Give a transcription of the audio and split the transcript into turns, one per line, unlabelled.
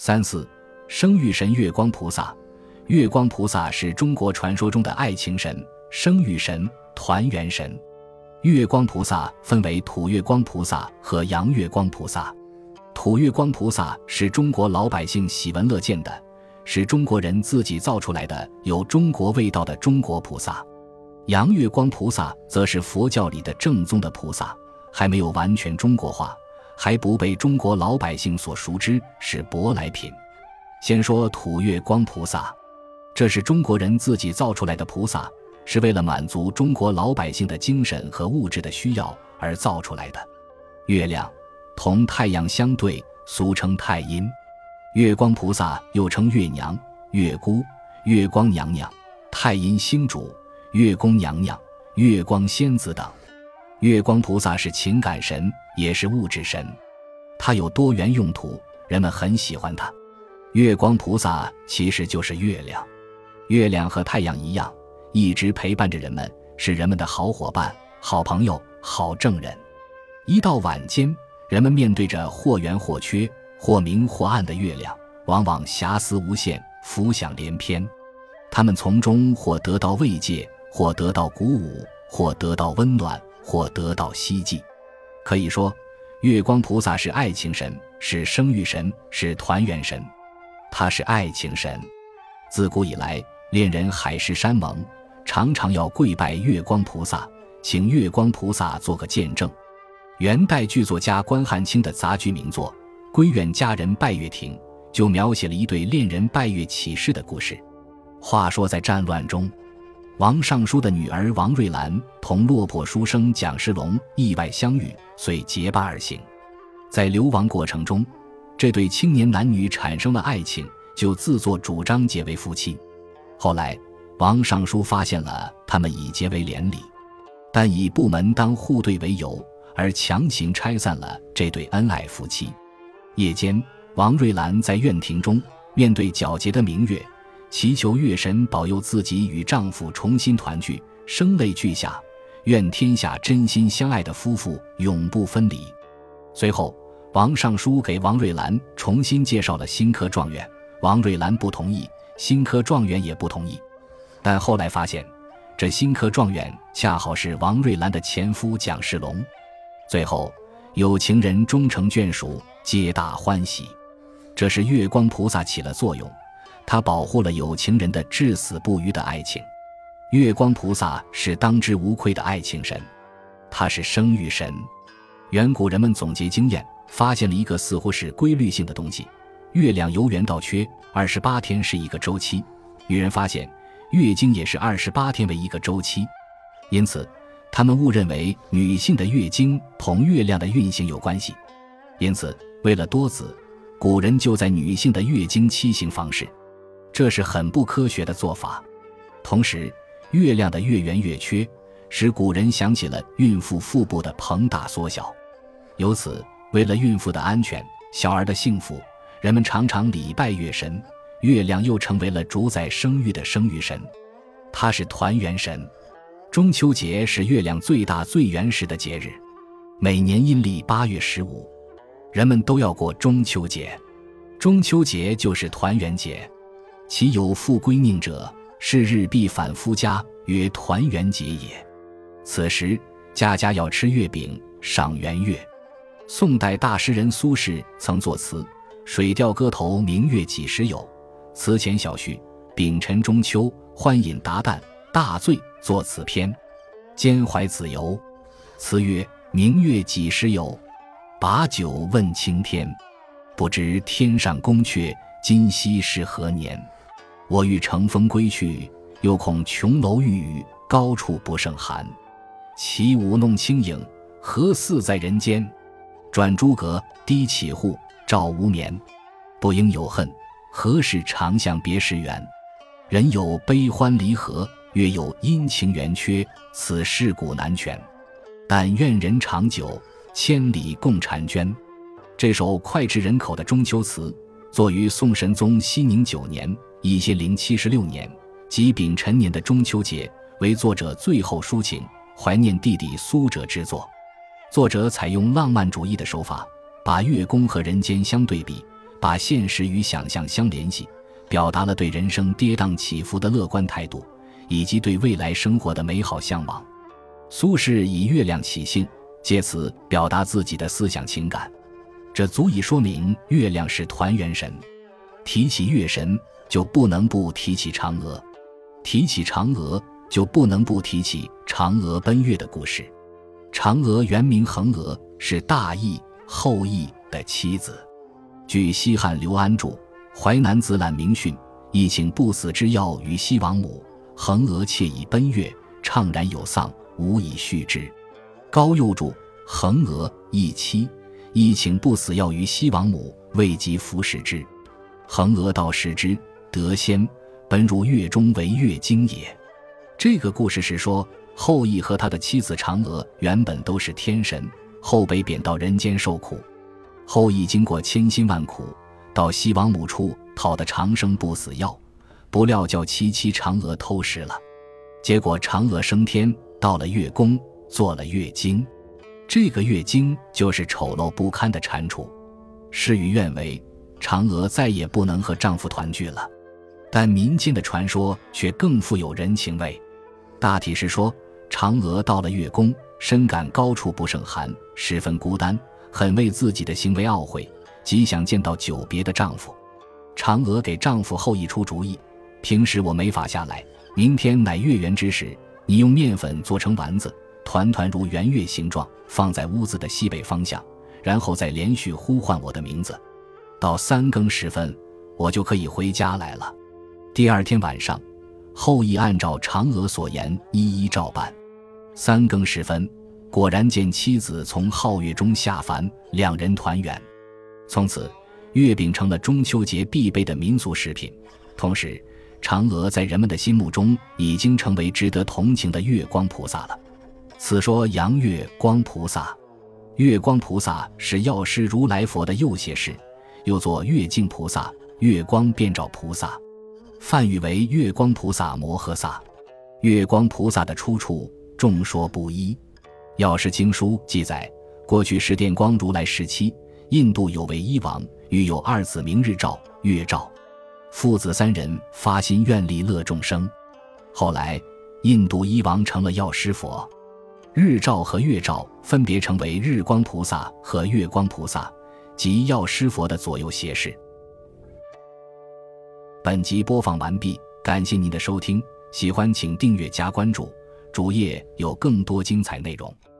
34生育神月光菩萨。月光菩萨是中国传说中的爱情神、生育神、团圆神。月光菩萨分为土月光菩萨和阳月光菩萨。土月光菩萨是中国老百姓喜闻乐见的，是中国人自己造出来的有中国味道的中国菩萨。阳月光菩萨则是佛教里的正宗的菩萨，还没有完全中国化，还不被中国老百姓所熟知，是舶来品。先说土月光菩萨，这是中国人自己造出来的菩萨，是为了满足中国老百姓的精神和物质的需要而造出来的。月亮同太阳相对，俗称太阴。月光菩萨又称月娘、月姑、月光娘娘、太阴星主、月宫娘娘、月光仙子等。月光菩萨是情感神，也是物质神，它有多元用途，人们很喜欢它。月光菩萨其实就是月亮，月亮和太阳一样，一直陪伴着人们，是人们的好伙伴、好朋友、好证人。一到晚间，人们面对着或圆或缺、或明或暗的月亮，往往遐思无限，浮想联翩。他们从中或得到慰藉，或得到鼓舞，或得到温暖，或得到希冀。可以说，月光菩萨是爱情神，是生育神，是团圆神。他是爱情神。自古以来，恋人海誓山盟，常常要跪拜月光菩萨，请月光菩萨做个见证。元代剧作家关汉卿的杂剧名作《闺怨佳人拜月亭》就描写了一对恋人拜月起誓的故事。话说在战乱中，王尚书的女儿王瑞兰同落魄书生蒋世龙意外相遇，遂结伴而行。在流亡过程中，这对青年男女产生了爱情，就自作主张结为夫妻。后来王尚书发现了他们已结为连理，但以不门当户对为由，而强行拆散了这对恩爱夫妻。夜间，王瑞兰在院庭中面对皎洁的明月，祈求月神保佑自己与丈夫重新团聚，声泪俱下，愿天下真心相爱的夫妇永不分离。随后王尚书给王瑞兰重新介绍了新科状元，王瑞兰不同意，新科状元也不同意。但后来发现，这新科状元恰好是王瑞兰的前夫蒋世龙。最后有情人终成眷属，皆大欢喜。这是月光菩萨起了作用，他保护了有情人的至死不渝的爱情。月光菩萨是当之无愧的爱情神，他是生育神。远古人们总结经验，发现了一个似乎是规律性的东西，月亮由圆到缺28天是一个周期，女人发现月经也是28天为一个周期，因此他们误认为女性的月经同月亮的运行有关系。因此为了多子，古人就在女性的月经期行房事，这是很不科学的做法。同时月亮的月圆月缺使古人想起了孕妇腹部的膨大缩小，由此为了孕妇的安全、小儿的幸福，人们常常礼拜月神，月亮又成为了主宰生育的生育神。他是团圆神。中秋节是月亮最大最原始的节日，每年阴历8月15，人们都要过中秋节。中秋节就是团圆节，其有妇归宁者，是日必返夫家，曰团圆节也。此时家家要吃月饼，赏圆月。宋代大诗人苏轼曾作词《水调歌头·明月几时有》，词前小序：丙辰中秋，欢饮达旦，大醉作此篇。兼怀子由，词曰：明月几时有？把酒问青天。不知天上宫阙，今夕是何年？我欲乘风归去，又恐琼楼玉宇，高处不胜寒。起舞弄清影，何似在人间？转朱阁，低绮户，照无眠。不应有恨，何事长向别时圆？人有悲欢离合，月有阴晴圆缺，此事古难全。但愿人长久，千里共婵娟。这首脍炙人口的中秋词作于宋神宗熙宁9年1076年，即丙辰年的中秋节，为作者最后抒情怀念弟弟苏辙之作。作者采用浪漫主义的手法，把月宫和人间相对比， 把现实与想象相联系，表达了对人生跌宕起伏的乐观态度，以及对未来生活的美好向往。苏轼以月亮起兴，借此表达自己的思想情感，这足以说明月亮是团圆神。提起月神，就不能不提起嫦娥；提起嫦娥，就不能不提起嫦娥奔月的故事。嫦娥原名恒娥，是大羿、后羿的妻子。据西汉刘安著《淮南子览明训》，羿请不死之药于西王母，恒娥妾以奔月，怅然有丧，无以续之。高诱著《恒娥羿妻》，羿请不死药于西王母，未及服食之。恒娥道食之，得仙，本入月中为月经也。这个故事是说，后羿和他的妻子嫦娥原本都是天神，后被贬到人间受苦。后羿经过千辛万苦，到西王母处讨得长生不死药，不料叫妻嫦娥偷食了，结果嫦娥升天，到了月宫，做了月经。这个月经就是丑陋不堪的蟾蜍。事与愿违，嫦娥再也不能和丈夫团聚了。但民间的传说却更富有人情味。大体是说，嫦娥到了月宫，深感高处不胜寒，十分孤单，很为自己的行为懊悔，极想见到久别的丈夫。嫦娥给丈夫后羿出主意，平时我没法下来，明天乃月圆之时，你用面粉做成丸子，团团如圆月形状，放在屋子的西北方向，然后再连续呼唤我的名字，到3更时分，我就可以回家来了。第二天晚上，后羿按照嫦娥所言一一照办。3更时分，果然见妻子从皓月中下凡，两人团圆。从此，月饼成了中秋节必备的民俗食品。同时，嫦娥在人们的心目中已经成为值得同情的月光菩萨了。此说阳月光菩萨。月光菩萨是药师如来佛的右胁侍，又作月镜菩萨、月光遍照菩萨，梵语为月光菩萨摩诃萨。月光菩萨的出处众说不一。药师经书记载，过去十电光如来时期，印度有位医王，育有2子，名日照、月照，父子3人发心愿力乐众生。后来印度医王成了药师佛，日照和月照分别成为日光菩萨和月光菩萨，即药师佛的左右胁侍。本集播放完毕，感谢您的收听，喜欢请订阅加关注，主页有更多精彩内容。